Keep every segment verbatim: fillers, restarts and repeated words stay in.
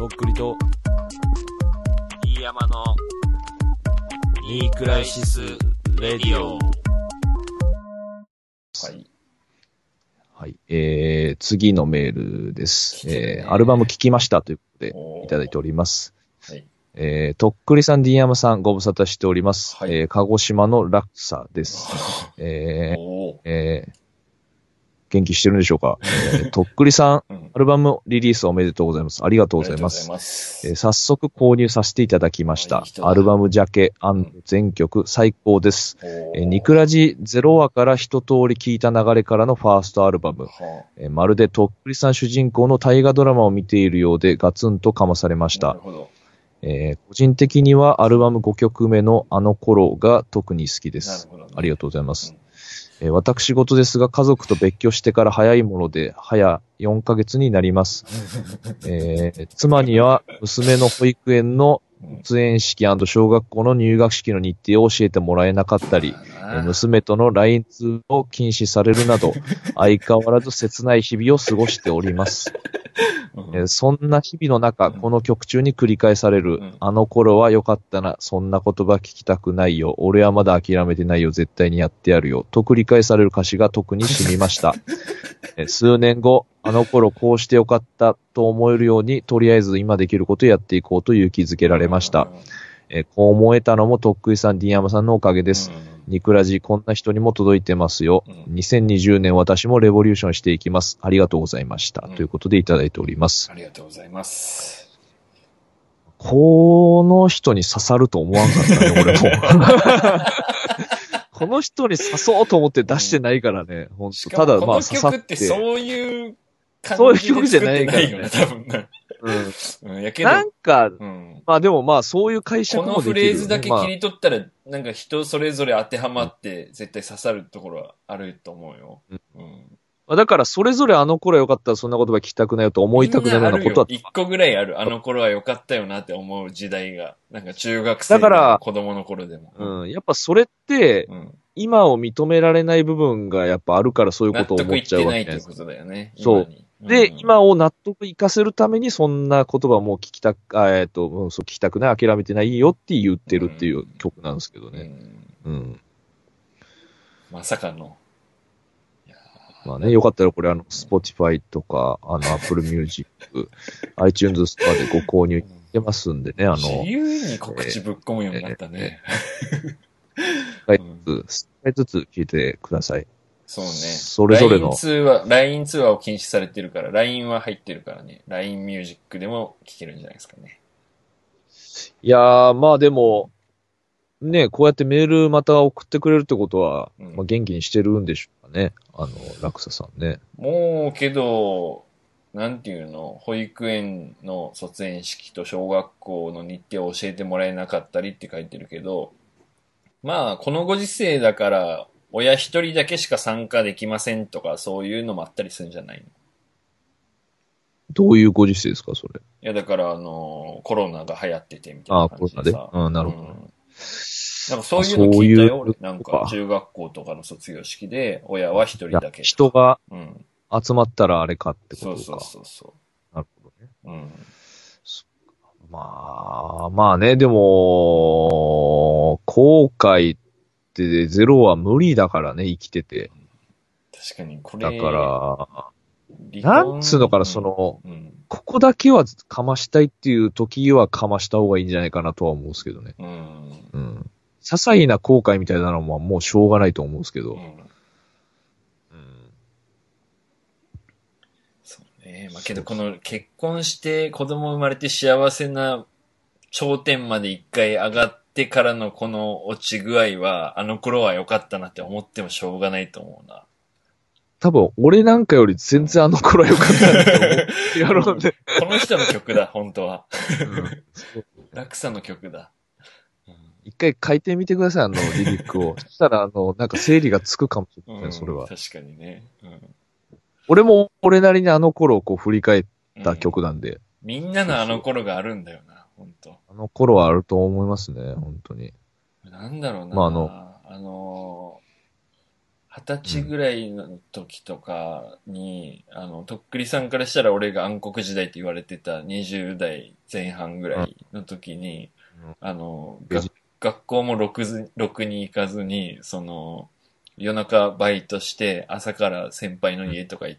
とっくりと、 飯山の、 ニークライシス・レディオ。 はい。 はい。えー、次のメールです。えー、アルバム聴きましたということで、いただいております。 はい。 えー、とっくりさん、ディーヤマさん、ご無沙汰しております。 はい。 えー、鹿児島のラクサです。えー、えー、元気してるんでしょうか。えー、とっくりさん、うん、アルバムリリースおめでとうございます。ありがとうございます。ありがとうございます。えー、早速購入させていただきました。いいアルバムジャケ&全曲最高です。えー、ニクラジゼロわから一通り聞いた流れからのファーストアルバム。えー、まるでとっくりさん主人公の大河ドラマを見ているようでガツンとかまされました。なるほど。えー、個人的にはアルバムごきょくめのあの頃が特に好きです。なるほどね、ありがとうございます。うん、えー、私事ですが家族と別居してから早いもので早よんかげつになります。えー、妻には娘の保育園の卒園式&小学校の入学式の日程を教えてもらえなかったり、えー、娘との ライン 通話を禁止されるなど、相変わらず切ない日々を過ごしております。えー、そんな日々の中、この曲中に繰り返される、うん、あの頃は良かったな、そんな言葉聞きたくないよ、俺はまだ諦めてないよ、絶対にやってやるよ、と繰り返される歌詞が特に染みました。えー、数年後、あの頃こうして良かったと思えるように、とりあえず今できることをやっていこうと勇気づけられました。えー、こう思えたのもとっくりさん、ディーヤマさんのおかげです。ニクラジ、こんな人にも届いてますよ。うん、にせんにじゅうねん私もレボリューションしていきます。ありがとうございました。うん、ということでいただいております。 ありがとうございます。 この人に刺さると思わんかったね、俺も。この人に刺そうと思って出してないからね、うん、本当ただまあ刺さって。この曲ってそういう感じで作ってないよね、多分ね。 うん。うん、やけどなんか、うん、まあでもまあそういう解釈もできるよね。 このフレーズだけ切り取ったら、まあ、なんか人それぞれ当てはまって絶対刺さるところはあると思うよ。うん。 うん、だからそれぞれあの頃は良かったらそんな言葉聞きたくないよと思いたくなるようなことは。 一個ぐらいある。あの頃は良かったよなって思う時代が。なんか中学生の子供の頃でも。 うん。やっぱそれって、うん、今を認められない部分がやっぱあるからそういうことを思っちゃうわけじゃないですか。納得いってないってことだよね。そう。で、うん、今を納得いかせるためにそんな言葉も聞きたく、えっと、うん、そう聞きたくない、諦めてないよって言ってるっていう曲なんですけどね。うん。うん、 まさかの。 まあね、よかったらこれあの、Spotify とか、あの、Apple Music、iTunes ストアでご購入してますんでね、あの。自由に告知ぶっ込むようになったね。 一回ずつ、一回ずつ聞いてください。 そうね。 それぞれの。 ライン 通話、ライン 通話を禁止されてるから、ライン は入ってるからね。ライン ミュージックでも聴けるんじゃないですかね。 いやー、まあでも、ね、こうやってメールまた送ってくれるってことは、うん、まあ、元気にしてるんでしょうかね。あの、ラクサさんね。 もう、けど、なんていうの、保育園の卒園式と小学校の日程を教えてもらえなかったりって書いてるけど、まあ、このご時世だから、親一人だけしか参加できませんとか、そういうのもあったりするんじゃないの？ どういうご時世ですか、それ。 いや、だから、あの、コロナが流行っててみたいな感じでさ。 ああ、コロナで。うん、なるほど。うん、 なんかそういうの聞いたよ、俺。なんか、中学校とかの卒業式で、親は一人だけ。 人が集まったらあれかってことか。 そうそうそうそう。 なるほどね。うん。まあ、まあね、でも、後悔ってゼロは無理だからね、生きてて。 確かに、これ。 だから、なんつうのかな、その、うん、ここだけはかましたいっていう時はかました方がいいんじゃないかなとは思うんですけどね。うん。うん。些細な後悔みたいなのはもうしょうがないと思うんですけど。うん。うん、 そうね。まあけど、この結婚して子供生まれて幸せな頂点まで一回上がってからのこの落ち具合は、あの頃は良かったなって思ってもしょうがないと思うな。 多分、俺なんかより全然あの頃は良かったなって思ってやろうね。 この人の曲だ、本当は。ラクサの曲だ。 一回書いてみてください、あの、リリックを。そしたら、あの、なんか整理がつくかもしれない、うん、それは。 確かにね、うん。 俺も、俺なりにあの頃をこう振り返った曲なんで。うん、 みんなのあの頃があるんだよな、本当。 あの頃はあると思いますね、本当に。 なんだろうな。 まあ、あの、 あの二十歳ぐらいの時とかに、あの、とっくりさんからしたら俺が暗黒時代って言われてたにじゅう代前半ぐらいの時に、うん、あの、が学校もろくず、ろくに行かずに、その、夜中バイトして朝から先輩の家とか行って、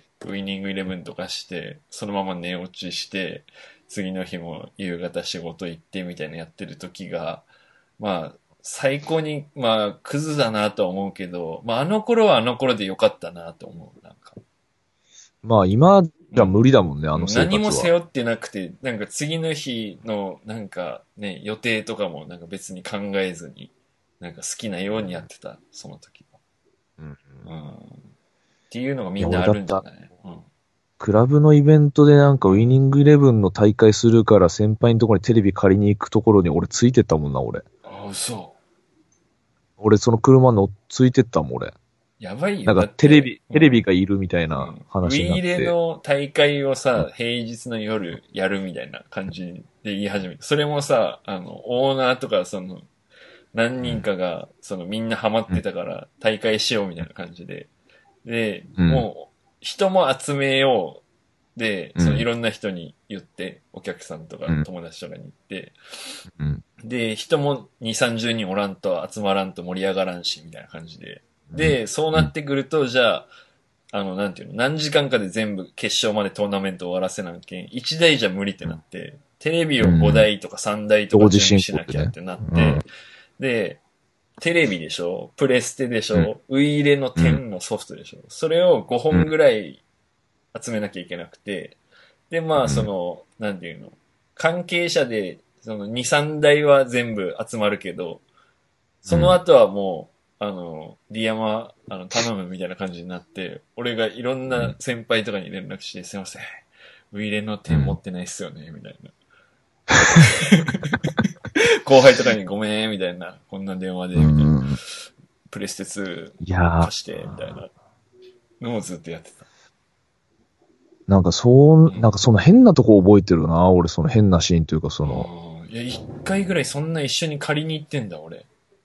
うん、ウイニングイレブンとかして、そのまま寝落ちして、次の日も夕方仕事行ってみたいなやってる時が、まあ、最高に、まあ、クズだなとは思うけど、まあ、あの頃はあの頃でよかったなと思う、なんか。 まあ、今じゃ無理だもんね、うん、あの生活は。 何も背負ってなくて、なんか次の日の、なんかね、予定とかもなんか別に考えずに、なんか好きなようにやってた、その時は。うんうん。っていうのがみんなあるんじゃない？うん。 クラブのイベントでなんかウィニングイレブンの大会するから先輩のところにテレビ借りに行くところに俺ついてったもんな、俺。 あ、嘘。 俺その車乗っついてったもん、俺。 やばいよ。 なんかテレビ、テレビがいるみたいな話になって。 ウィーレの大会をさ、平日の夜やるみたいな感じで言い始めて。それもさ、あの、オーナーとかその、何人かが、そのみんなハマってたから大会しようみたいな感じで。で、もう、人も集めよう。で、そのいろんな人に言って、お客さんとか友達とかに言って、で、人もに、さんじゅうにんおらんと集まらんと盛り上がらんし、みたいな感じで。で、そうなってくると、じゃあ、あの、なんていうの、何時間かで全部決勝までトーナメント終わらせなきゃいちだいじゃ無理ってなって、テレビをごだいとかさんだいとか準備しなきゃってなって、で、テレビでしょ、プレステでしょ、ウイイレのじゅうのソフトでしょ、それをごほんぐらい集めなきゃいけなくて、で、まあ、その、なんていうの、関係者で、そのに、さんだいは全部集まるけど、その後はもう、あの、ディアマ、あの、頼むみたいな感じになって、俺がいろんな先輩とかに連絡して、すいません、ウイイレのじゅう持ってないっすよね、みたいな。後輩とかにごめん、みたいな、こんな電話で、みたいな。プレステツー貸して、みたいなのをずっとやってた。 なんかそう、なんかその変なとこ覚えてるな、俺その変なシーンというかその。 いや、一回ぐらいそんな一緒に借りに行ってんだ、俺。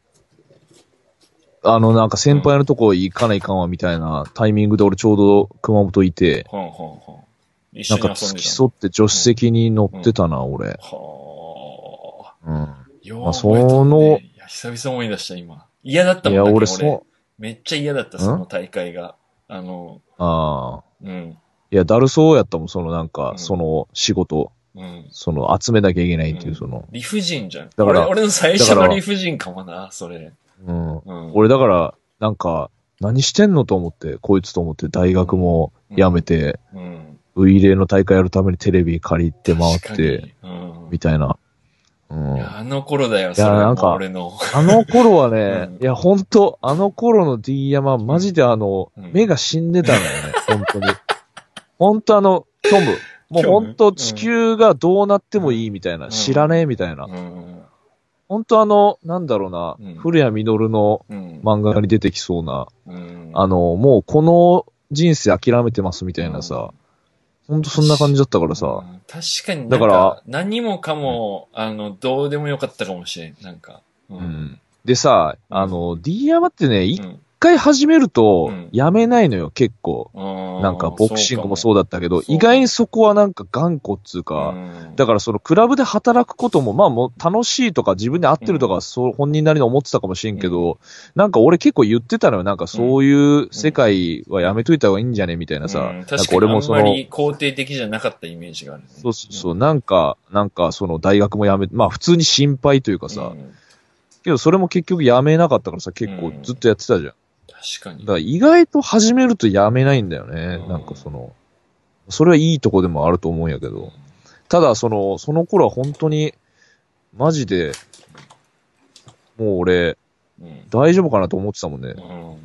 あの、なんか先輩のとこ行かないかんわ、みたいなタイミングで俺ちょうど熊本いて、 はんはんはん、一緒に遊んでた。 なんか付き添って助手席に乗ってたな、うん、俺。はぁ。うん。 よう、まあ、その、 いや、久々思い出した、今。嫌だったもんね。いや、俺そう。めっちゃ嫌だった、その大会が。あの、 ああ。 うん。 いや、だるそうやったもん、そのなんか、うん、その仕事。うん。その集めなきゃいけないっていう、その。 うん、理不尽じゃん。だから、俺、俺の最初の理不尽かもな、それ。 うん。うん、俺だから、なんか、何してんのと思って、こいつと思って大学も辞めて、うんうん、ウイイレの大会やるためにテレビ借りて回って、うん、みたいな。 うん、いや、あの頃だよ、それはもう俺の。 あの頃はね、うん、いや、ほんと、あの頃の D 山、マジであの、うん、目が死んでたんだよね、本当に。本当あの、虚無。もう本当地球がどうなってもいいみたいな、うん、知らねえみたいな。うん、本当あの、なんだろうな、うん、古谷実の漫画に出てきそうな、うん、あの、もうこの人生諦めてますみたいなさ、うん、本当そんな感じだったからさ。うん、 確かにだから何もかも、うん、あの、どうでもよかったかもしれん、なんか。 うん。うん、でさ、あの、D 山ってね、一、うん一回始めると、やめないのよ、結構。うん、なんか、ボクシングもそうだったけど、意外にそこはなんか頑固っつうか、うん、だからそのクラブで働くことも、まあもう楽しいとか自分で合ってるとか、そう本人なりに思ってたかもしれんけど、うん、なんか俺結構言ってたのよ、なんかそういう世界はやめといた方がいいんじゃねみたいなさ。うん、 確かに俺もそのあんまり肯定的じゃなかったイメージがある、ね。 そうそうそう、なんか、なんかその大学もやめ、まあ普通に心配というかさ、うん、けどそれも結局やめなかったからさ、結構ずっとやってたじゃん。 確かに。 だから意外と始めるとやめないんだよね。うん、なんかその、それはいいとこでもあると思うんやけど。ただその、その頃は本当に、マジで、もう俺、うん、大丈夫かなと思ってたもんね。うん、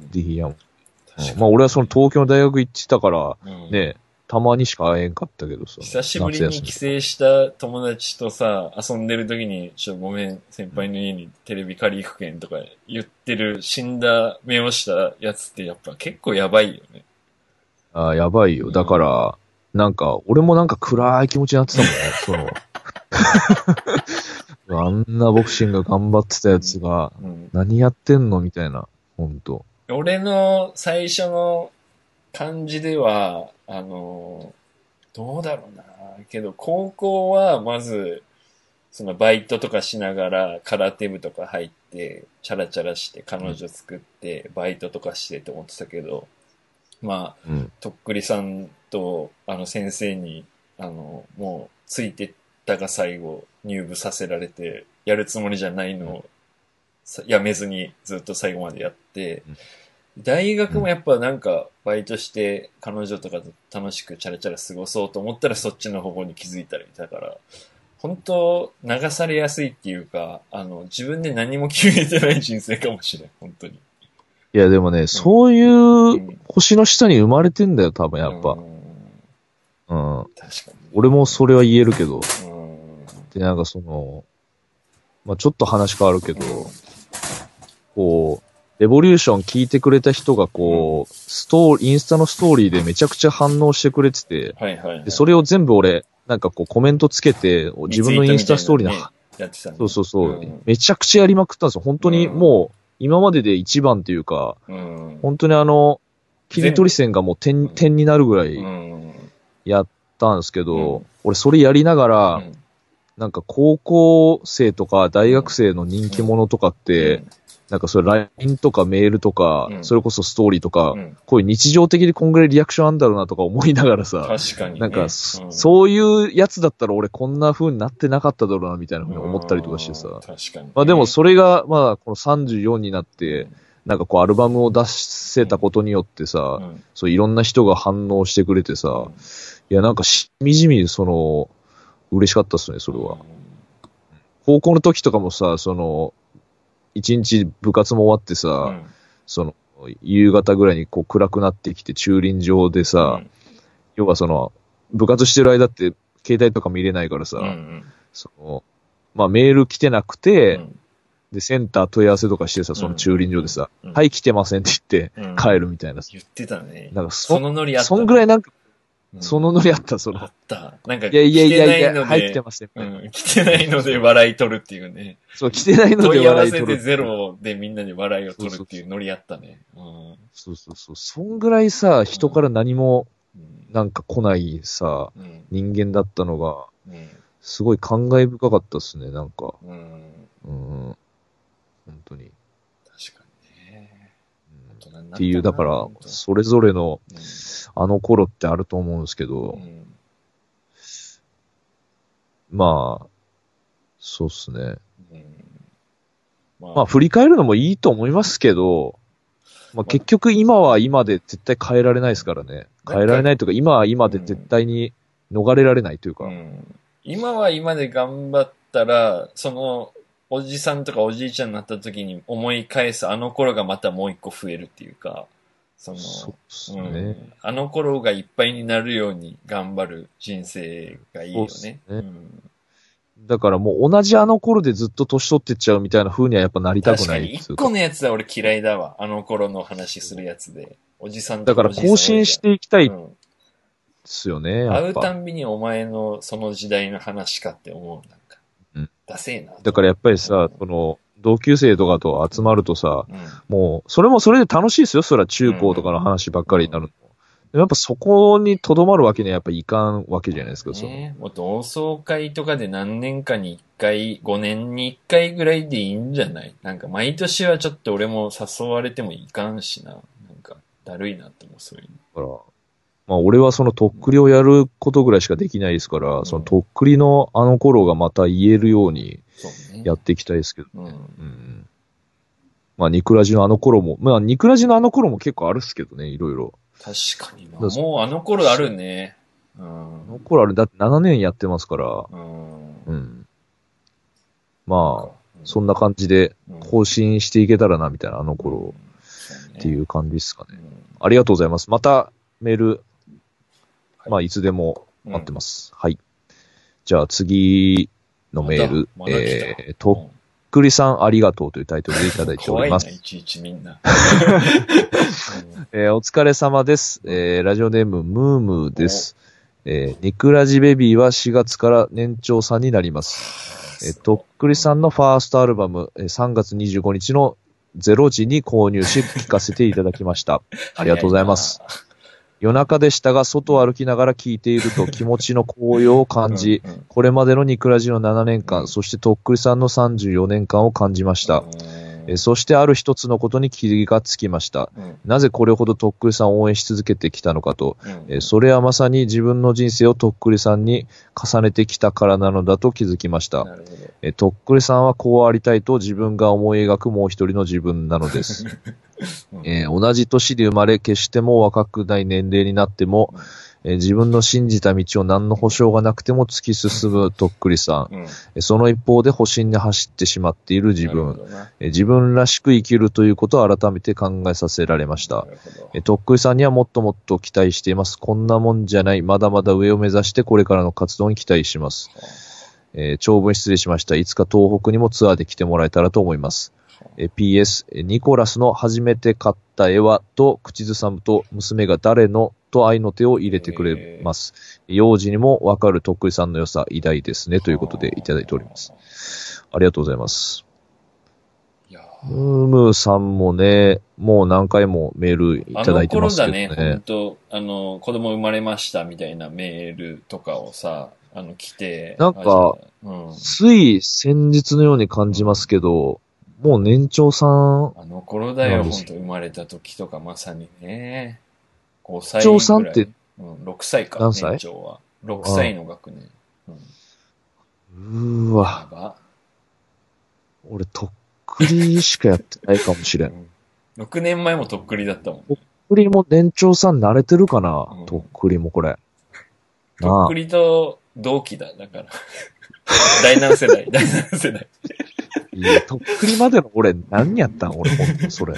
ディーヤも。まあ俺はその東京の大学行ってたから、うん、ね、たまにしか会えんかったけどさ。 久しぶりに帰省した友達とさ、遊んでる時に、ちょ、ごめん、先輩の家にテレビ借り行くけんとか言ってる死んだ目をしたやつってやっぱ結構やばいよね。 ああ、やばいよ。だから、うん、なんか、俺もなんか暗い気持ちになってたもんね、その。あんなボクシング頑張ってたやつが、何やってんのみたいな、ほんと。 俺の最初の感じでは、あの、どうだろうな。けど、高校はまず、そのバイトとかしながら空手部とか入って、チャラチャラして彼女作って、バイトとかしてって思ってたけど、まあ、うん、とっくりさんとあの先生に、あの、もうついてったが最後入部させられて、やるつもりじゃないのをやめずにずっと最後までやって、大学もやっぱなんかバイトして彼女とかと楽しくチャラチャラ過ごそうと思ったらそっちの方向に気づいたりだから、本当流されやすいっていうか、あの、自分で何も決めてない人生かもしれん、本当に。 いやでもね、うん、そういう星の下に生まれてんだよ、多分やっぱ。うん。うん、確かに。俺もそれは言えるけど。うん、で、なんかその、まあちょっと話変わるけど、うん、こう、レボリューション聞いてくれた人がこう、ストーリー、インスタのストーリーでめちゃくちゃ反応してくれてて、はいはいはい、でそれを全部俺、なんかこうコメントつけて、自分のインスタストーリーの、ねやってたね、そうそうそう、うん、めちゃくちゃやりまくったんですよ。本当にもう、今までで一番っていうか、うん、本当にあの、切り取り線がもう点、点になるぐらいやったんですけど、うん、俺それやりながら、うん、なんか高校生とか大学生の人気者とかって、うん、なんかそれ ライン とかメールとか、うん、それこそストーリーとか、うん、こういう日常的にこんぐらいリアクションあんだろうなとか思いながらさ、 確かに、ね、 なんか、 うん、 そういうやつだったら俺こんな風になってなかっただろうなみたいな風に思ったりとかしてさ、 確かに、ね、 まあでもそれがまあこのさんじゅうよんになって、うんなんかこうアルバムを出せたことによってさ、うん、そういろんな人が反応してくれてさ、うん、いやなんかしみじみその、嬉しかったっすね、それは。うん、高校の時とかもさ、その、一日部活も終わってさ、うん、その、夕方ぐらいにこう暗くなってきて駐輪場でさ、うん、要はその、部活してる間って携帯とか見れないからさ、うんうん、その、まあメール来てなくて、うんで、センター問い合わせとかしてさ、その駐輪場でさ、うんうん、はい、来てませんって言って帰るみたいな。うん、 言ってたね。 なんかそ、 そのノリあった。 そんぐらいなんか、うん、そのノリあった、その。 あった。なんか、 いやいやいやいや、はい、来てません。 うん、来てないので笑い取るっていうね。 そう、来てないので笑い取る。 問い合わせでゼロでみんなに笑いを取るっていうノリあったね。 そうそうそう。そんぐらいさ、人から何も、なんか来ないさ、うん、人間だったのが、うん、すごい感慨深かったっすね、なんか。うん。うん本当に。 確かにね。 うん、っていう、だから、それぞれの、うん、あの頃ってあると思うんですけど、うん、まあ、そうっすね。うんまあ、まあ、振り返るのもいいと思いますけど、まあ、結局今は今で絶対変えられないですからね。変えられないというか、今は今で絶対に逃れられないというか。うん、 今は今で頑張ったら、その、おじさんとかおじいちゃんになった時に思い返すあの頃がまたもう一個増えるっていうか、その、 そうですね、 うん、あの頃がいっぱいになるように頑張る人生がいいよね。そうねうん、 だからもう同じあの頃でずっと年取ってっちゃうみたいな風にはやっぱなりたくない。確かに一個のやつは俺嫌いだわ。あの頃の話するやつで。おじさんとかだから更新していきたいですよね、 うん、会うたんびにお前のその時代の話かって思う。なんかうん。ダセえな。 だからやっぱりさ、うん、その、同級生とかと集まるとさ、うん、もう、それもそれで楽しいですよ。それは中高とかの話ばっかりになるの。うん、やっぱそこに留まるわけにはやっぱいかんわけじゃないですか、 ね、もう同窓会とかで何年かに一回、ごねんに一回ぐらいでいいんじゃないなんか毎年はちょっと俺も誘われてもいかんしな。なんか、だるいなって思う、そういうの。だからまあ俺はそのとっくりをやることぐらいしかできないですから、うん、そのとっくりのあの頃がまた言えるようにやっていきたいですけどね。うんうん、まあニクラジのあの頃も、まあニクラジのあの頃も結構あるっすけどね、いろいろ。 確かにな。もうあの頃あるね。 うん、あの頃ある。だってななねんやってますから。うん。うん、まあ、うん、そんな感じで更新していけたらな、みたいな、あの頃、うん、っていう感じですかね、うん。ありがとうございます。またメール、まあ、いつでも待ってます。うん、はい。じゃあ次のメール、ままえー、とっくりさんありがとうというタイトルでいただいております。 怖いな、いちいちみんな。 えー、お疲れ様です。えー、ラジオネームムームーです。えー、ニクラジベビーはしがつから年長さんになります。えー、とっくりさんのファーストアルバム、えー、さんがつにじゅうごにちのゼロじに購入し聞かせていただきました。ありがとうございます。夜中でしたが、外を歩きながら聞いていると気持ちの高揚を感じ、うんうん、これまでのニクラジのななねんかん、うん、そしてとっくりさんのさんじゅうよねんかんを感じました。えそしてある一つのことに気がつきました。うん、なぜこれほどとっくりさんを応援し続けてきたのかと、うん、えそれはまさに自分の人生をとっくりさんに重ねてきたからなのだと気づきました。えとっくりさんはこうありたいと自分が思い描くもう一人の自分なのです。うんえー、同じ年で生まれ、決しても若くない年齢になっても、えー、自分の信じた道を何の保証がなくても突き進むとっくりさん、うんえー、その一方で保身に走ってしまっている自分、えー、自分らしく生きるということを改めて考えさせられました、えー、とっくりさんにはもっともっと期待しています。こんなもんじゃない、まだまだ上を目指してこれからの活動に期待します、えー、長文失礼しました。いつか東北にもツアーで来てもらえたらと思います。え ピーエス、ニコラスの初めて買った絵はと口ずさむと娘が誰のと愛の手を入れてくれます。幼児にもわかるとっくりさんの良さ偉大ですねということでいただいております。ありがとうございます。いやムームーさんもね、もう何回もメールいただいてますけどね。 あの頃だね、本当あの、子供生まれましたみたいなメールとかをさ、あの、来て。 なんか、うん、つい先日のように感じますけど、もう年長さん。 あの頃だよ、ほんと生まれた時とかまさにね。ごさいぐらい。年長さんって、 うん、ろくさいか、 何歳？ 年長は。ろくさいの学年。 うん、うーわ。 やば。 俺、とっくりしかやってないかもしれん。うん、 ろくねんまえもとっくりだったもん。 とっくりも年長さん慣れてるかな、うん、とっくりもこれ。 とっくりと同期だ、だから。第何世代第何世代いや、とっくりまでの俺何やったん俺ほんとそれ。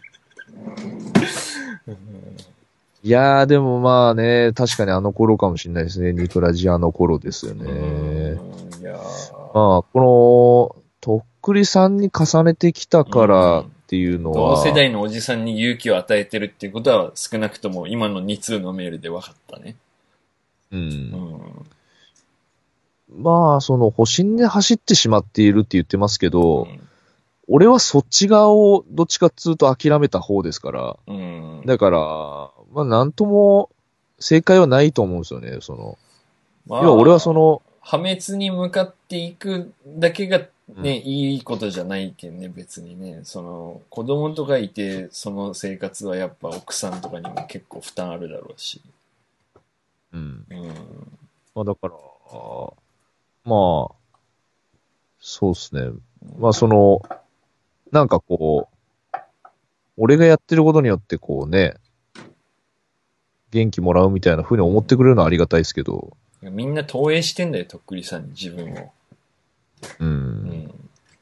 いやーでもまあね、確かにあの頃かもしれないですね。ニクラジあの頃ですよね。 いやまあ、この、とっくりさんに重ねてきたからっていうのは、 同世代のおじさんに勇気を与えてるっていうことは少なくとも今のに通のメールで分かったね。 うん。うんまあ、その、保身で走ってしまっているって言ってますけど、うん、俺はそっち側をどっちかっつうと諦めた方ですから、うん、だから、まあ、なんとも正解はないと思うんですよね、その。まあ、要は俺はその、 破滅に向かっていくだけがね、うん、いいことじゃないけんね、別にね。その、子供とかいて、その生活はやっぱ奥さんとかにも結構負担あるだろうし。 うん。うん、まあ、だから、まあ、そうですね。まあその、なんかこう、俺がやってることによってこうね、元気もらうみたいな風に思ってくれるのはありがたいですけど。 みんな投影してんだよ、とっくりさんに自分を。 うん。うん、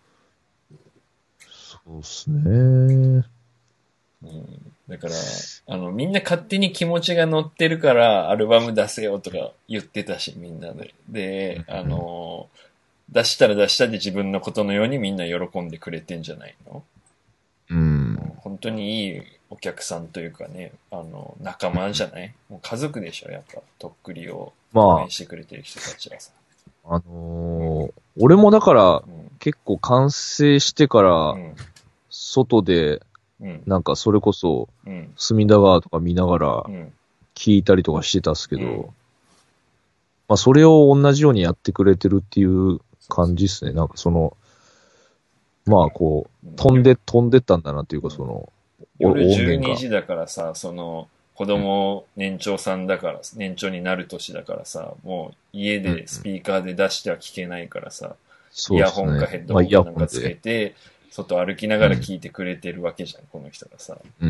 そうですね。うんだから、あの、みんな勝手に気持ちが乗ってるから、アルバム出せよとか言ってたし、みんなで。で、あの、出したら出したで自分のことのようにみんな喜んでくれてんじゃないの？ うん。 本当にいいお客さんというかね、あの、仲間じゃない？もう家族でしょ、やっぱ、とっくりを応援してくれてる人たちはさ。 まあ、あのーうん、俺もだから、うん、結構完成してから、うん、外で、うん、なんかそれこそ、うん、隅田川とか見ながら、聞いたりとかしてたっすけど、うん、まあそれを同じようにやってくれてるっていう感じですね。なんかその、まあこう、飛んで、飛んでったんだなっていうかその、 夜じゅうにじだからさ、その、子供年長さんだから、年長になる年だからさ、もう家でスピーカーで出しては聞けないからさ、うん、イヤホンかヘッドホンかなんかつけて、外歩きながら聞いてくれてるわけじゃん、うん、この人がさ。 うん。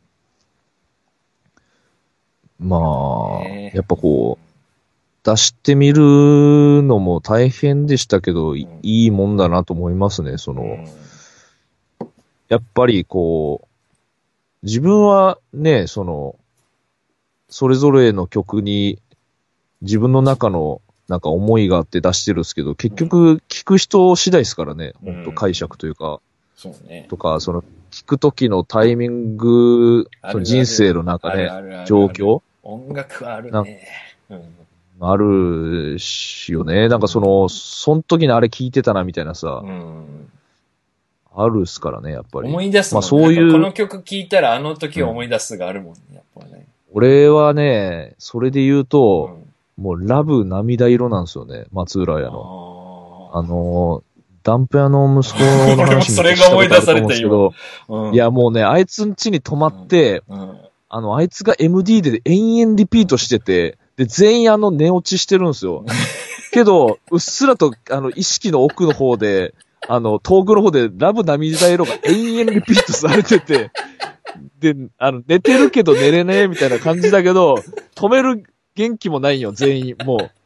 まあ、ね、やっぱこう、出してみるのも大変でしたけど、うん、いいもんだなと思いますね、その、うん、やっぱりこう、自分はね、その、それぞれの曲に自分の中のなんか思いがあって出してるんですけど、結局聞く人次第ですからね、うん、本当解釈というか、 そうね。 とか、その聞く時のタイミング、その人生の中ね、状況。 音楽はあるね。 うん、あるしよね。なんかその、その時にあれ聞いてたなみたいなさ、うん、 あるっすからね、やっぱり。 思い出すもんね。 まあそういう。 この曲聴いたらあの時を思い出すがあるもんね、うん、やっぱね。 俺はね、それで言うと、うん、もうラブ涙色なんですよね、松浦屋の。あ, あの、ダンプ屋の息子の話にそれが思い出されたよ。 うん、いやもうね、あいつん家に泊まって、うんうん、あの、あいつが エムディー で延々リピートしてて、で、全員あの寝落ちしてるんですよ。けど、うっすらと、あの、意識の奥の方で、あの、遠くの方でラブ涙色が延々リピートされてて、で、あの、寝てるけど寝れねえみたいな感じだけど、止める元気もないよ、全員、もう。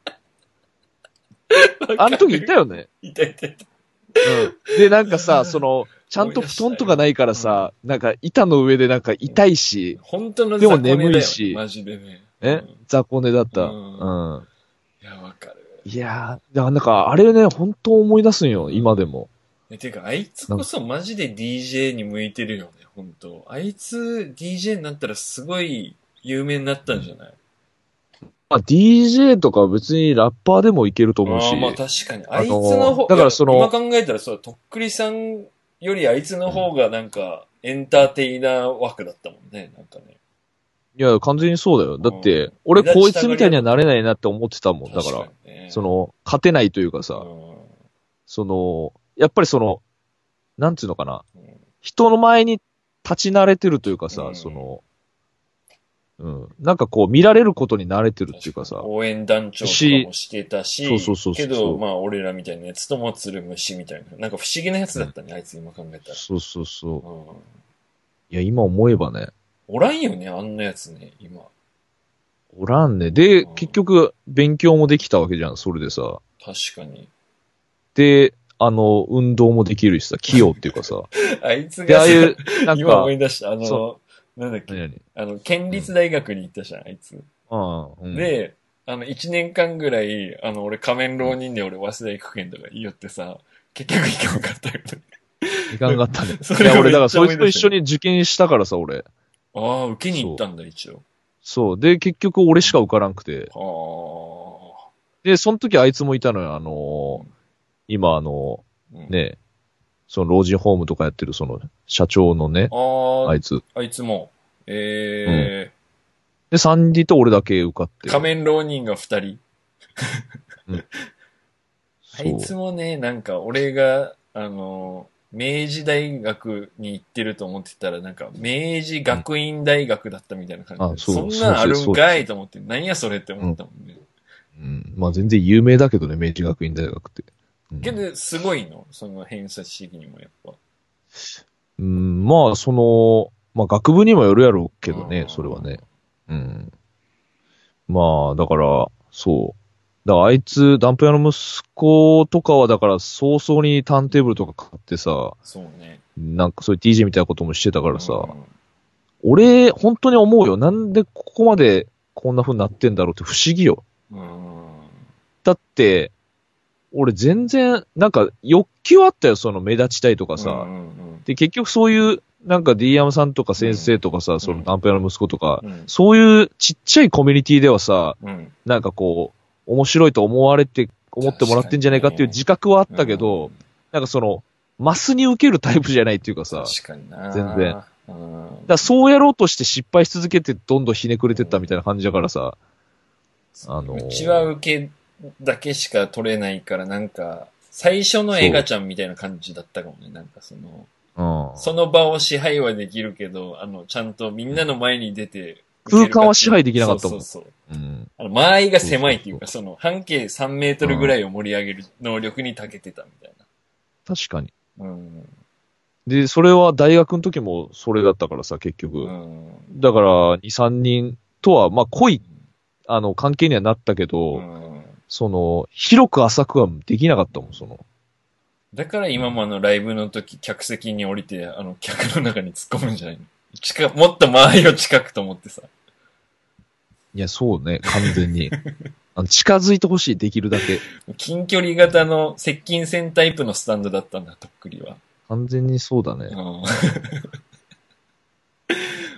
あの時いたよね。 いたいたいた。 うん。で、なんかさ、その、ちゃんと布団とかないからさ、うん、なんか板の上でなんか痛いし、 本当の雑魚寝だよ。でも眠いし。マジでね。 え、うん、雑魚寝だった。うん。うん、 いや、わかる。 いやー、だからなんか、あれね、本当思い出すんよ、うん、今でも。 え、てか、あいつこそマジで ディージェー に向いてるよね、本当。あいつ ディージェー になったらすごい有名になったんじゃない、 うん、まあ、ディージェー とか別にラッパーでもいけると思うし。 あまあ確かに。あいつの方、だからその、今考えたらそう、とっくりさんよりあいつの方がなんか、エンターテイナー枠だったもんね、なんかね。 いや、完全にそうだよ。だって、うん、俺こいつみたいにはなれないなって思ってたもん。だから、ね、その、勝てないというかさ、うん、その、やっぱりその、なんていうのかな、うん、人の前に立ち慣れてるというかさ、うん、その、うん。なんかこう見られることに慣れてるっていうかさ。 応援団長とかもしてたし、そうそうそうそう。けど、まあ俺らみたいなやつともつるむしみたいな。なんか不思議なやつだったね、うん、あいつ今考えたら。 そうそうそう。うん、いや、今思えばね。 おらんよね、あんなやつね、今。 おらんね。で、うん、結局、勉強もできたわけじゃん、それでさ。 確かに。 で、あの、運動もできるしさ、器用っていうかさ。 あいつがで、ああいう、なんか、 今思い出した、あの、なんだっけ、何々あの、県立大学に行ったじゃん、あいつ。 ああ、うん、 で、あの、一年間ぐらい、あの、俺仮面浪人で俺、早稲田行くけんとか言いよってさ、結局行かなかったよね。 行かんかったね。いや、俺、だからそいつと一緒に受験したからさ、俺。 ああ、受けに行ったんだ、一応。 そう。で、結局俺しか受からんくて。 はあ。 で、その時あいつもいたのよ、あのー、今あのー、うん、ね、その老人ホームとかやってるその社長のね、あ, あいつ。 あいつも。ええー。うん、 で、サンディと俺だけ受かって。 仮面浪人が二人。うん、あいつもね、なんか俺が、あの、明治大学に行ってると思ってたら、なんか、明治学院大学だったみたいな感じで、うん、そ, そんなんあるんかいと思って、何やそれって思ったもんね。 うん。うん、まあ全然有名だけどね、明治学院大学って。 うん、けど、すごいのその偏差値的にもやっぱ。 うん、まあ、その、まあ学部にもよるやろうけどね、それはね。うん。まあ、だから、そう。だからあいつ、ダンプ屋の息子とかは、だから早々にターンテーブルとか買ってさ、 そうね。 なんかそういう ディージェー みたいなこともしてたからさ、うん、俺、本当に思うよ。なんでここまでこんな風になってんだろうって不思議よ。 うん、 だって、俺全然、なんか欲求あったよ、その目立ちたいとかさ。うんうんうん、で、結局そういう、なんか ディーエム さんとか先生とかさ、うん、そのダンプ屋の息子とか、うん、そういうちっちゃいコミュニティではさ、うん、なんかこう、面白いと思われて、思ってもらってんじゃないかっていう自覚はあったけど、うん、なんかその、マスに受けるタイプじゃないっていうかさ、 確かにな全然。うん、だからそうやろうとして失敗し続けてどんどんひねくれてったみたいな感じだからさ、 あのー、うちは受けだけしか取れないから、なんか、最初の映画ちゃんみたいな感じだったかもね。なんかその、うん、その場を支配はできるけど、あの、ちゃんとみんなの前に出て、 空間は支配できなかったもん。 そうそうそう。うん、あの、間合いが狭いっていうか、その、半径さんメートルぐらいを盛り上げる能力に長けてたみたいな。 確かに。 うん。 で、それは大学の時もそれだったからさ、結局。うん、だから、に、さんにんとは、まあ、濃い、あの、関係にはなったけど、うん、その、広く浅くはできなかったもん、その。 だから今もあの、ライブの時、客席に降りて、あの、客の中に突っ込むんじゃないの？近、もっと周りを近くと思ってさ。 いや、そうね、完全に。あの近づいてほしい、できるだけ。 近距離型の接近戦タイプのスタンドだったんだ、とっくりは。 完全にそうだね。 うん、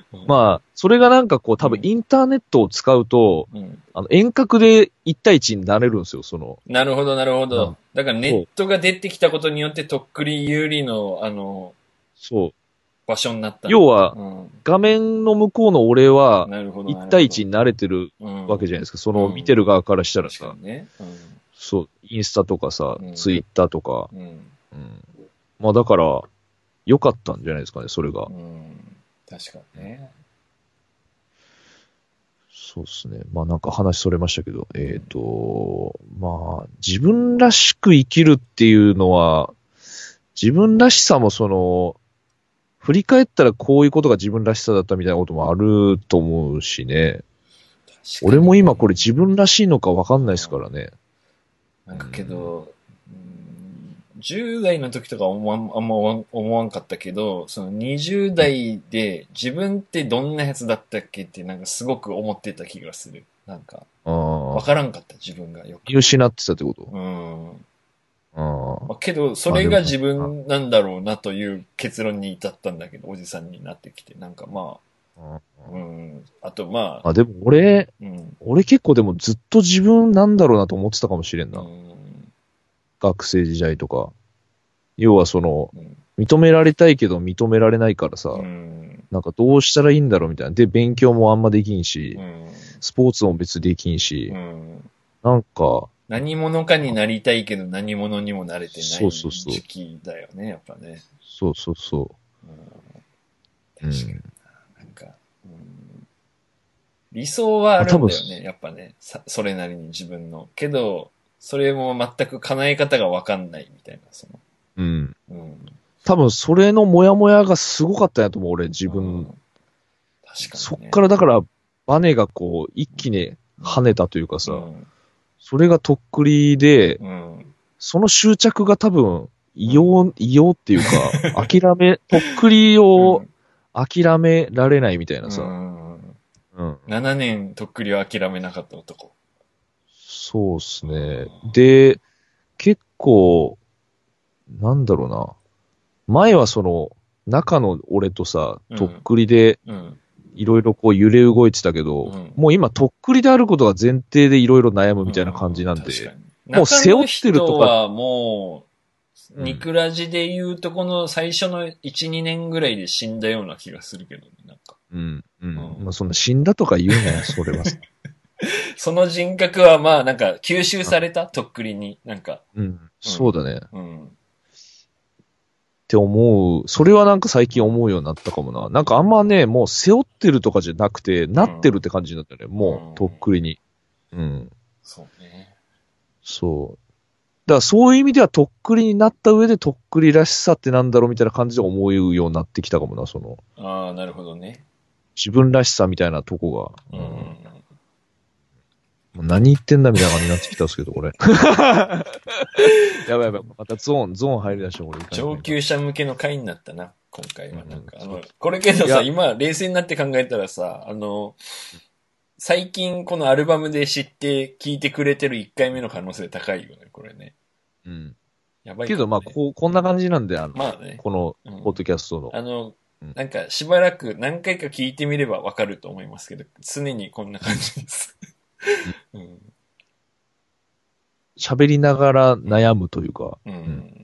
まあ、それがなんかこう、多分インターネットを使うと、うん、あの遠隔で一対一になれるんですよ、その。 なるほど、なるほど。うん、だからネットが出てきたことによって、とっくり有利の、あの、 そう。 場所になった。 要は、うん、画面の向こうの俺は、一対一に慣れてるわけじゃないですか。その見てる側からしたらさ。うんねうん、そう、インスタとかさ、うん、ツイッターとか。うんうん、まあだから、良かったんじゃないですかね、それが。うん、 確かにね。 そうですね。まあなんか話それましたけど、えっと、まあ、自分らしく生きるっていうのは、自分らしさもその、振り返ったらこういうことが自分らしさだったみたいなこともあると思うしね。俺も今これ自分らしいのかわかんないですからね。 なんかけど、うん、じゅう代の時とか思わん、あんま思わんかったけど、そのにじゅう代で自分ってどんなやつだったっけってなんかすごく思ってた気がする。なんか、わからんかった自分がよく。 見失ってたってこと？ うん。あまあ、けど、それが自分なんだろうなという結論に至ったんだけど、おじさんになってきて、なんかまあ、うん、あとまあ。 あ、でも俺、うん、俺結構でもずっと自分なんだろうなと思ってたかもしれんな。うん、学生時代とか。要はその、うん、認められたいけど認められないからさ、うん、なんかどうしたらいいんだろうみたいな。で、勉強もあんまできんし、うん、スポーツも別できんし、うん、なんか、 何者かになりたいけど何者にもなれてない時期だよね、やっぱね。 そうそうそう。 うん、確かに、うん、なんか、うん、理想はあるんだよね、やっぱね。それなりに自分の。けど、それも全く叶え方がわかんないみたいな、その。 うん。うん、多分それのモヤモヤがすごかったんやと思う、俺、自分。うん、確かに、ね。そっからだから、バネがこう、一気に跳ねたというかさ、うんそれがとっくりで、うん、その執着が多分、異様、うん、異様っていうか、諦め、とっくりを諦められないみたいなさ。うんうん、ななねんとっくりを諦めなかった男。 そうっすね。で、結構、なんだろうな。前はその、中の俺とさ、とっくりで、いろいろこう揺れ動いてたけど、うん、もう今とっくりであることが前提でいろいろ悩むみたいな感じなんで、うん、もう背負ってるとか。 はもう、ニクラジで言うとこの最初のいち、にねんぐらいで死んだような気がするけどね、なんか。 うん、うん。うん、まあそんな死んだとか言うなよ、それは。 その人格はまあなんか吸収された、とっくりに、なんか。 うん、そうだね。うんって思う。それはなんか最近思うようになったかもな。なんかあんまね、もう背負ってるとかじゃなくて、なってるって感じになったよね。もう、とっくりに。うん。 そうね。 そう。だからそういう意味ではとっくりになった上でとっくりらしさってなんだろうみたいな感じで思うようになってきたかもな、その。 ああ、なるほどね。 自分らしさみたいなとこが。うん。うんもう何言ってんだみたいな感じになってきたんですけど、これ。やばいやばい。またゾーン、ゾーン入りだした、これ。 上級者向けの回になったな、今回は。なんか、うん、あの、これけどさ、今、冷静になって考えたらさ、あの、最近このアルバムで知って聴いてくれてるいっかいめの可能性高いよね、これね。 うん。やばい、ね。けど、まあ、こう、こんな感じなんで、あの、 まあね。 この、ポッドキャストの。 うん、あの、なんか、しばらく何回か聞いてみればわかると思いますけど、常にこんな感じです。 喋、うん、りながら悩むというか。うんうん、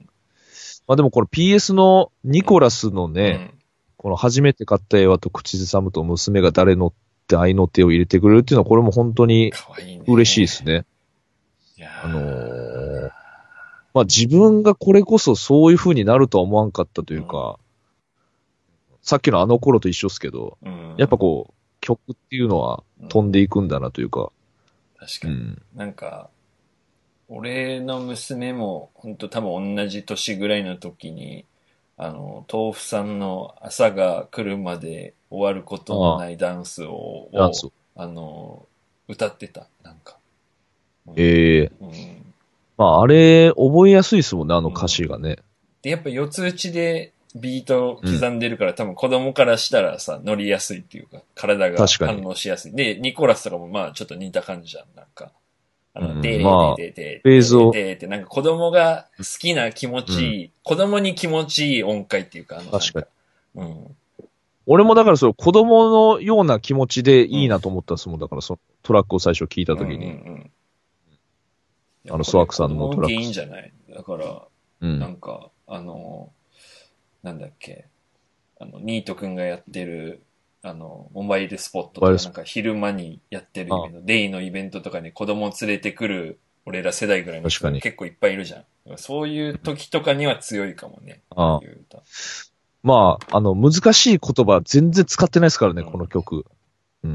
まあでもこの ピーエス のニコラスのね、うん、この初めて買った絵はと口ずさむと娘が誰のって愛の手を入れてくれるっていうのはこれも本当に嬉しいですね。いやあのー、まあ自分がこれこそそういう風になるとは思わんかったというか、うん、さっきのあの頃と一緒ですけど、うん、やっぱこう、曲っていうのは飛んでいくんだなというか。うん、 確かに。うん、なんか、俺の娘も本当多分同じ年ぐらいの時に、あの、豆腐さんの朝が来るまで終わることのないダンスを、あ, あ, あの、歌ってた。なんか。 うん、ええーうん。まあ、あれ、覚えやすいですもんね、あの歌詞がね。うん、 で、やっぱ四つ打ちで、ビートを刻んでるから、うん、多分子供からしたらさ、乗りやすいっていうか、体が反応しやすい。で、ニコラスとかもまあちょっと似た感じじゃん、なんか。あの、でーでーでーでーでーでーって、なんか子供が好きな気持ちいい、うん、子供に気持ちいい音階っていうか、あの、 確かに。 うん。 俺もだからその子供のような気持ちでいいなと思ったんですもん。だからそのトラックを最初聞いたときに。うんうんうん、あの、スワークさんのトラック。 いいんじゃないだから、うん、なんか、あの、なんだっけ、あの、ニートくんがやってる、あの、モバイルスポットとか、なんか昼間にやってるイベント、デイのイベントとかに子供を連れてくる、俺ら世代ぐらいの人結構いっぱいいるじゃん。そういう時とかには強いかもね。ああいう歌まあ、あの、難しい言葉全然使ってないですからね、うん、この曲。うん。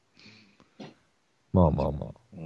まあまあまあ。うん、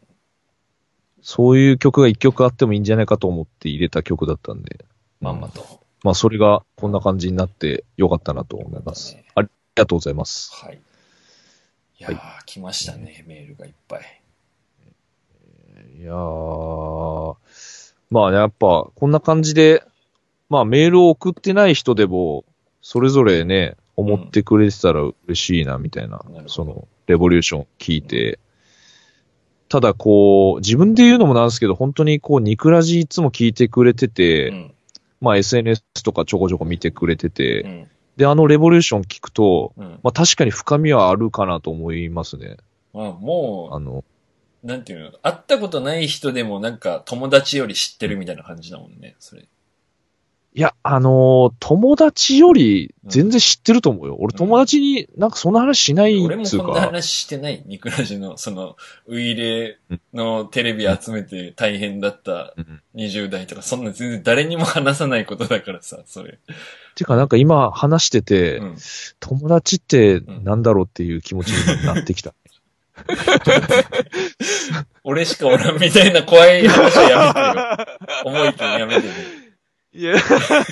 そういう曲が一曲あってもいいんじゃないかと思って入れた曲だったんで。 まんまと。 まあ、それがこんな感じになってよかったなと思います。ね、ありがとうございます。 はい。いやー、はい、来ましたね、メールがいっぱい。 いやー、まあやっぱこんな感じで、まあメールを送ってない人でも、それぞれね、思ってくれてたら嬉しいな、みたいな、うん、その、レボリューション聞いて、うん、ただこう、自分で言うのもなんですけど、本当にこう、ニクラジいつも聞いてくれてて、うん、まあ エスエヌエス とかちょこちょこ見てくれてて、うん、で、あのレボリューション聞くと、うん、まあ確かに深みはあるかなと思いますね。 あもう、あの、なんていうの、会ったことない人でもなんか友達より知ってるみたいな感じだもんね、それ。 いや、あのー、友達より全然知ってると思うよ。うん、俺友達になんかそんな話しないっつうか。 俺もそんな話してない。ニクラジの、その、ウイレのテレビ集めて大変だったにじゅう代とか、そんな全然誰にも話さないことだからさ、それ。 てかなんか今話してて、うん、友達ってなんだろうっていう気持ちになってきた。 俺しかおらんみたいな怖い話はやめてよ。重いけんやめてね。 いや。い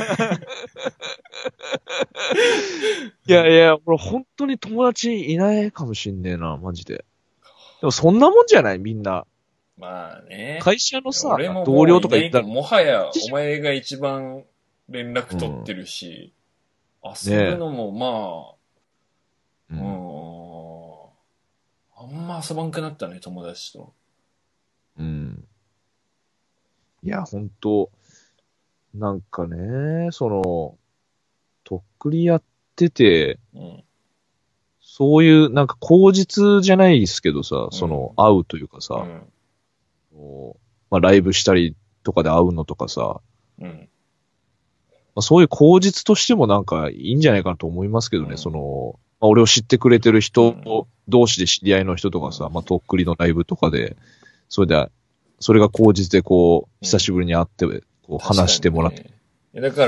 やいや、俺本当に友達いないかもしんねえな、マジで。でもそんなもんじゃないみんな。 まあね。 会社のさ、同僚とか言ったら。 もはや、お前が一番連絡取ってるし、うん、遊ぶのもまあ、ね、うん、あんま遊ばんくなったね、友達と。 うん。いや、ほんと、なんかね、その、とっくりやってて、うん、そういう、なんか口実じゃないですけどさ、うん、その、会うというかさ、うんまあ、ライブしたりとかで会うのとかさ、うんまあ、そういう口実としてもなんかいいんじゃないかなと思いますけどね、うん、その、まあ、俺を知ってくれてる人同士で知り合いの人とかさ、うん、まあ、とっくりのライブとかで、それで、それが口実でこう、久しぶりに会って、こう話してもらって。 ね、だから、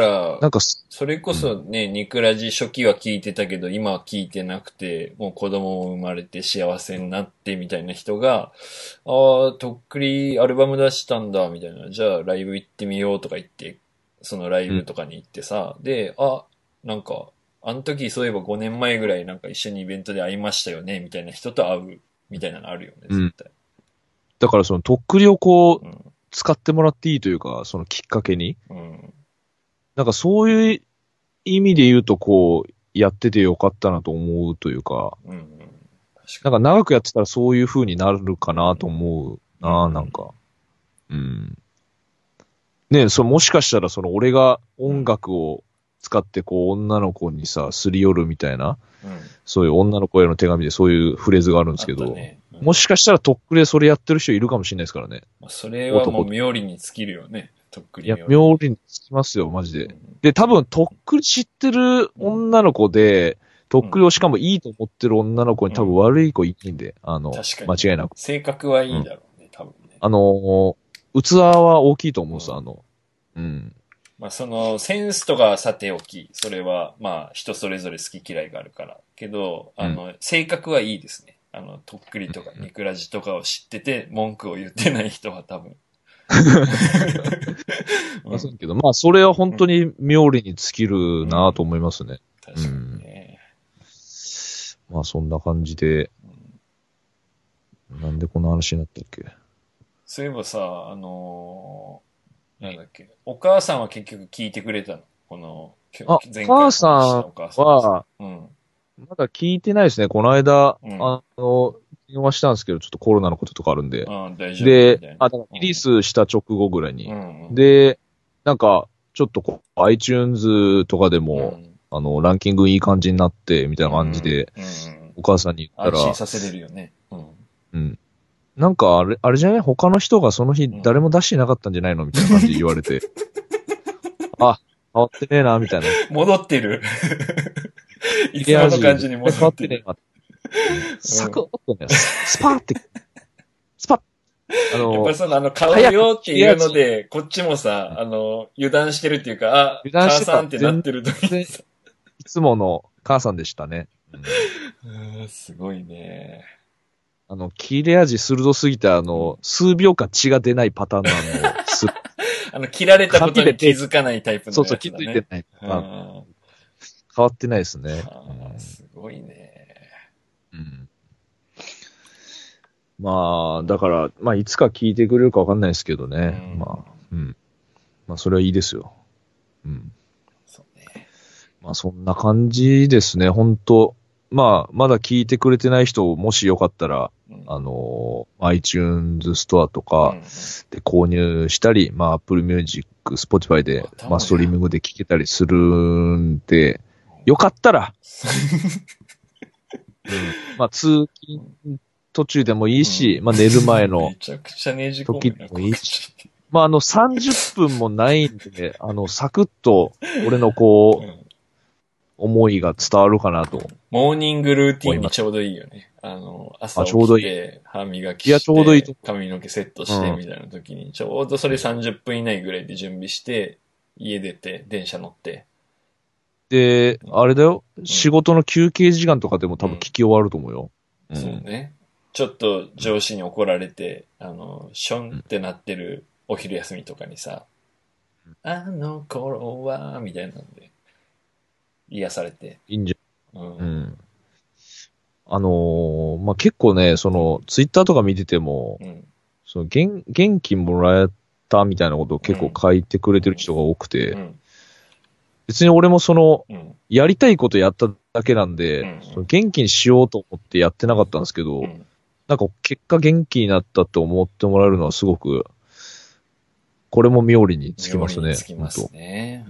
なんか、それこそね、うん、ニクラジ初期は聞いてたけど、今は聞いてなくて、もう子供も生まれて幸せになってみたいな人が、ああ、とっくりアルバム出したんだ、みたいな。じゃあライブ行ってみようとか言って、そのライブとかに行ってさ、うん、で、あ、なんか、あの時そういえばごねんまえぐらいなんか一緒にイベントで会いましたよね、みたいな人と会う、みたいなのあるよね、絶対。うん、 だからそのとっくりをこう、うん、使ってもらっていいというか、そのきっかけに。うんなんかそういう意味で言うとこう、やっててよかったなと思うというか、うんうん、かなんか長くやってたらそういう風になるかなと思うな、うん、なんか。うん。ねえ、そもしかしたらその俺が音楽を使ってこう女の子にさ、すり寄るみたいな、うん、そういう女の子への手紙でそういうフレーズがあるんですけど、ねうん、もしかしたらとっくでそれやってる人いるかもしれないですからね。 まあ、それはもう妙利に尽きるよね。とっくりいや、妙利につきますよ、マジで。うん、で、多分、とっくり知ってる女の子で、うん、とっくりをしかもいいと思ってる女の子に多分悪い子いいんで、あの、間違いなく。 性格はいいだろうね、うん、多分ね。 あの、器は大きいと思うんです、あの、うん。 まあ、その、センスとかさておき、それは、まあ、人それぞれ好き嫌いがあるから。けど、あの、性格はいいですね。あの、とっくりとか、ニクラジとかを知ってて、文句を言ってない人は多分。 まあ、そうけど、まあ、それは本当に妙利に尽きるなと思いますね。 うん、確かにね、 うん。まあ、そんな感じで、うん、なんでこんな話になったっけ？ そういえばさ、あのー、なんだっけ、お母さんは結局聞いてくれたの？この、 あ、前回お母さんは、うん、まだ聞いてないですね。この間、うん、あの、電話したんですけど、ちょっとコロナのこととかあるんで。 うん、大丈夫で、あ、リリースした直後ぐらいに。うん、で、なんか、ちょっとこう、iTunes とかでも、 あの、ランキングいい感じになって、みたいな感じで、 うんうん、 お母さんに言ったら。 安心させれるよね。うん。 うん。なんか、あれ、あれじゃない他の人がその日誰も出してなかったんじゃないのみたいな感じで言われて。あ、変わってねえな、みたいな。 戻ってる。いつもの感じに戻ってる。 サクッとね、スパーって、スパッ。 あの、やっぱその、あの、買うよっていうので、こっちもさ、あの、油断してるっていうか、あ、母さんってなってる時にさ。 いつもの母さんでしたね。 うん、すごいね。 あの、切れ味鋭すぎて、あの、数秒間血が出ないパターンのあの、すあの、切られたことに気づかないタイプのやつだね。 そうそう、気づいてない。うん、変わってないですね。 あーすごいね。 うん。まあ、だから、まあ、いつか聞いてくれるかわかんないですけどね。うん、まあ、うん。まあ、それはいいですよ。うん。 そうね。 まあ、そんな感じですね、本当まあ、まだ聞いてくれてない人、もしよかったら、うん、あの、iTunes ストアとかで購入したり、うん、まあ、Apple Music、Spotify で、まあ、ストリーミングで聞けたりするんで、よかったら、うん、まあ、通勤途中でもいいし、うん、まあ、寝る前の時でもいいし、まあ、あの、さんじゅっぷんもないんで、あの、サクッと、俺のこう、うん思いが伝わるかなと。 モーニングルーティンにちょうどいいよね。あの、朝起きて、歯磨きして、 いや、ちょうどいいと髪の毛セットしてみたいな時に、ちょうどそれさんじゅっぷん以内ぐらいで準備して、家出て、電車乗って。 で、あれだよ、うん、仕事の休憩時間とかでも多分聞き終わると思うよ。 うん、そうね。ちょっと上司に怒られて、あの、ションってなってるお昼休みとかにさ、うん、あの頃は、みたいなんで。癒されて。 いいんじゃん。うん。うん、あのー、まあ、結構ね、その、ツイッターとか見てても、うん、その元、元気もらえたみたいなことを結構書いてくれてる人が多くて、うんうん、別に俺もその、うん、やりたいことやっただけなんで、うんうん、その元気にしようと思ってやってなかったんですけど、うん、なんか結果元気になったと思ってもらえるのはすごく、これも妙利につきますね。妙利につきますね。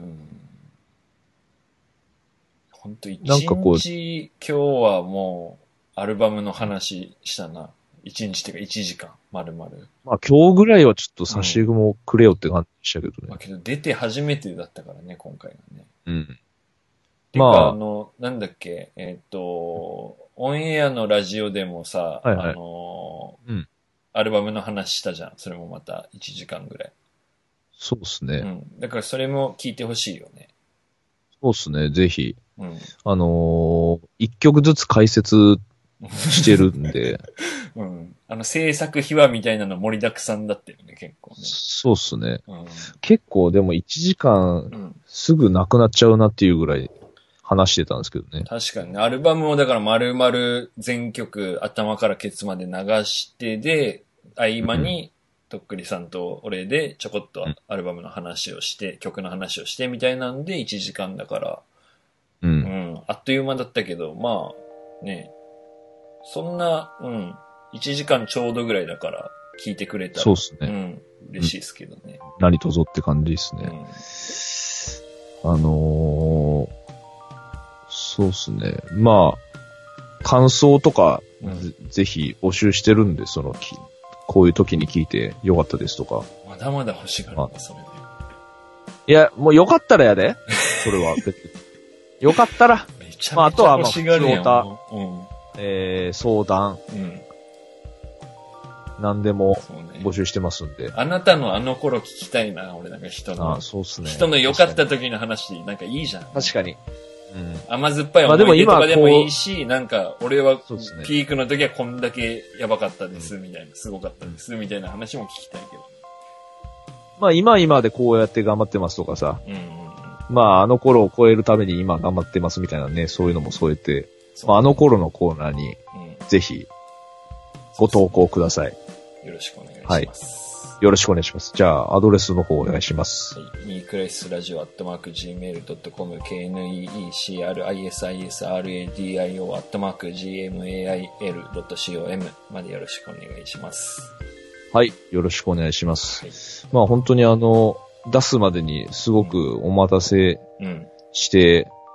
本当一日、今日はもう、アルバムの話したな。一日っていうか一時間、丸々。 まあ今日ぐらいはちょっと差し雲くれよって感じしたけどね。うん、 まあけど出て初めてだったからね、今回がね。 うん。 まあ、あの、なんだっけ、えっと、オンエアのラジオでもさ、はいはい、あの、うん、アルバムの話したじゃん。それもまたいちじかんぐらい。 そうですね。 うん。だからそれも聞いてほしいよね。 そうですね、ぜひ。うん、あのー、一曲ずつ解説してるんで。 うん。あの、制作秘話みたいなの盛りだくさんだったよね、結構ね。 そうっすね。うん、結構でもいちじかんすぐなくなっちゃうなっていうぐらい話してたんですけどね。 確かにね。アルバムをだから丸々全曲頭からケツまで流してで、合間にとっくりさんと俺でちょこっとアルバムの話をして、うん、曲の話をしてみたいなんでいちじかんだから、うん、うん。あっという間だったけど、まあ、ね。そんな、うん。いちじかんちょうどぐらいだから、聞いてくれたら。 そうっすね。 うん。嬉しいですけどね。 うん、何とぞって感じですね。うん、あのー、そうっすね。まあ、感想とか、うん、ぜ, ぜひ募集してるんで、その、こういう時に聞いてよかったですとか。 まだまだ欲しがるんだ、それで。 いや、もうよかったらやで。それは。よかったら。 めちゃめちゃ欲しがるやん。まあ、あとは、まあ、普通歌、うん、えー、相談、うん、何でも募集してますんで、 ね。あなたのあの頃聞きたいな、俺なんか人の。 あ、そうっすね。 人の良かった時の話、なんかいいじゃん。 確かに。 うん、甘酸っぱい思い出とかでもいいし、なんか、俺はピークの時はこんだけやばかったです、みたいな、すごかったです、みたいな話も聞きたいけど。 まあ、今今でこうやって頑張ってますとかさ、うんうんうん、まあ、あの頃を超えるために今頑張ってますみたいなね、そういうのも添えて、まあ、あの頃のコーナーに、ぜひ、ご投稿ください。 よろしくお願いします。はい。 よろしくお願いします。じゃあ、アドレスの方お願いします。 はい。ニークライスラジオアットマーク ジーメールドットコム ケーエヌイーイーシーアールアイエスアイエスアールエーディーアイオー アットマーク ジーエムエーアイエルドットコム までよろしくお願いします。 はい。よろしくお願いします。はい、まあ本当にあの、出すまでにすごくお待たせして、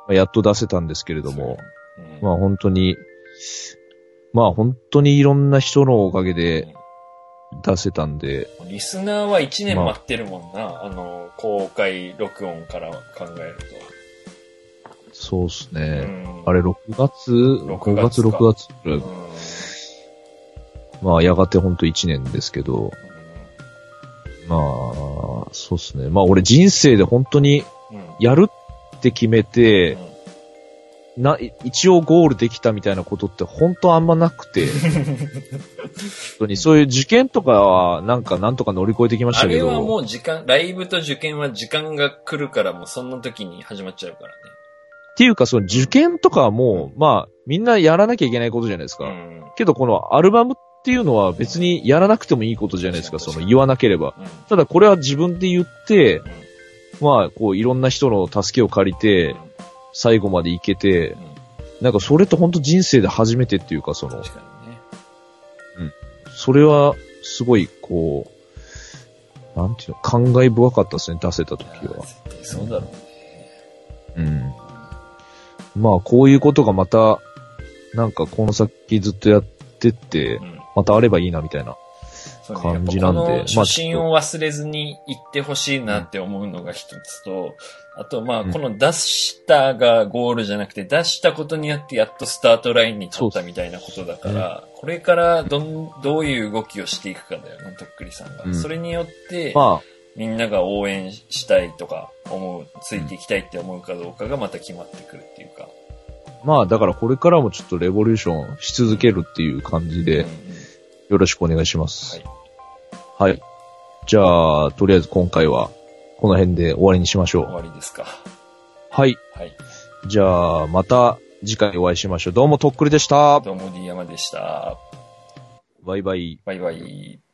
あ、やっと出せたんですけれども、 うん、 まあ本当に、まあ本当にいろんな人のおかげで出せたんで。 うん、リスナーはいちねん待ってるもんな、まあ、あの、公開録音から考えると。 そうっすね。 うん、あれろくがつ ?ご 月、ろくがつくらい。うん、まあやがてほんといちねんですけど、うん、まあ、そうっすね。まあ俺人生で本当にやるって決めて、うん、な、一応ゴールできたみたいなことって本当あんまなくて、本当にそういう受験とかはなんかなんとか乗り越えてきましたけど。 あれはもう時間、ライブと受験は時間が来るからもうそんな時に始まっちゃうからね。 っていうかその受験とかはもう、まあみんなやらなきゃいけないことじゃないですか。うん、けどこのアルバムっていうのは別にやらなくてもいいことじゃないですか、その言わなければ。うん、ただこれは自分で言って、うん、まあこういろんな人の助けを借りて、最後までいけて、うん、なんかそれって本当人生で初めてっていうかその、確かにね。うん。それはすごいこう、なんていうの、感慨深かったですね、出せた時は。 絶対そうだろうね。 うん。まあこういうことがまた、なんかこの先ずっとやってって、うん、またあればいいなみたいな感じなんで。ね、 初心を忘れずに行ってほしいなって思うのが一つと、うん、あとまあこの出したがゴールじゃなくて、出したことによってやっとスタートラインに立ったみたいなことだから、ね、これからどん、どういう動きをしていくかだよね、とっくりさんが。うん、それによって、まあ、みんなが応援したいとか思う、ついていきたいって思うかどうかがまた決まってくるっていうか。 まあだからこれからもちょっとレボリューションし続けるっていう感じで、よろしくお願いします。はい。はい。じゃあ、とりあえず今回はこの辺で終わりにしましょう。 終わりですか。 はい。はい。じゃあ、また次回お会いしましょう。どうもとっくりでした。 どうも D 山でした。 バイバイ。 バイバイ。